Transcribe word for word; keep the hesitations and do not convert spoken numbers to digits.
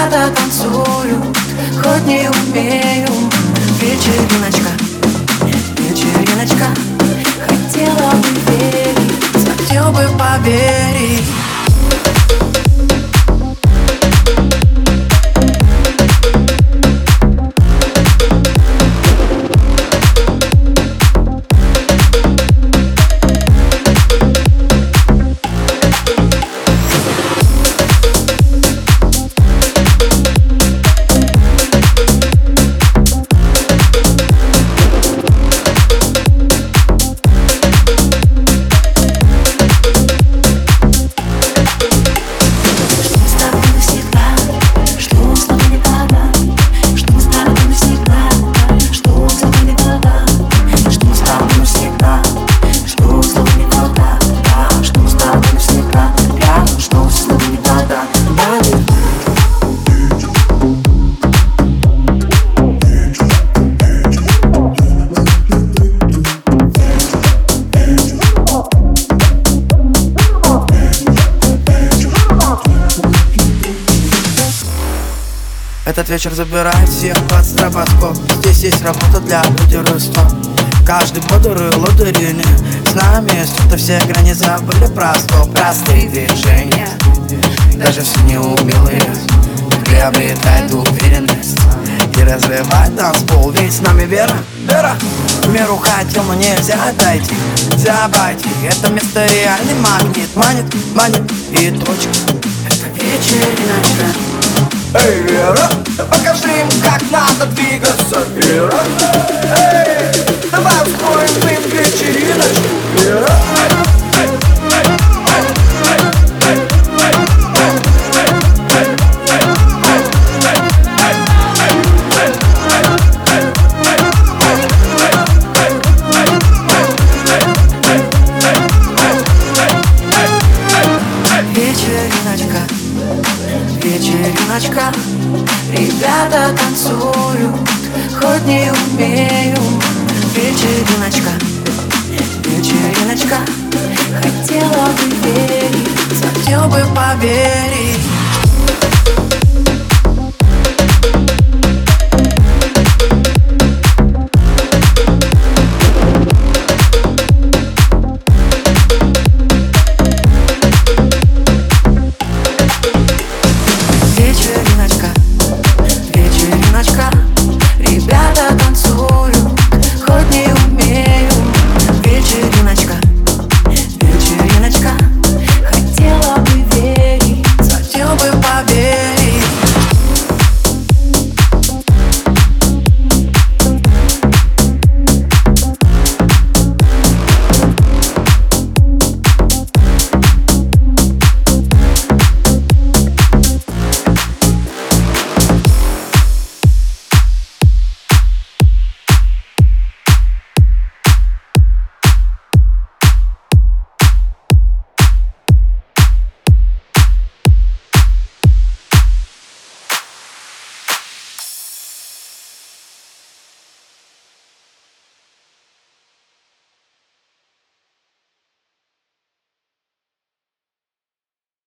Ребята танцуют, хоть не умею. Вечериночка, вечериночка. Хотела бы верить, хотел бы поверить. Этот вечер забирает всех под стробоскоп. Здесь есть работа для лидерства. Каждый бодрый лотерейный. С нами что-то все грани забыли про стоп. Простые движения, даже все неумелые, приобретает уверенность и разрывает танцпол. Ведь с нами вера, вера. К миру хотел, но нельзя отойти, нельзя обойти. Это место реальный магнит, манит, манит и точка. Это вечериночка. Эй, Вера, покажи им, как надо двигаться, Вера. Эй, давай устроим им вечериночку, Вера. Вечериночка, вечериночка. Ребята танцуют, хоть не умею. Вечериночка, вечериночка. Хотела бы верить, хотел бы поверить.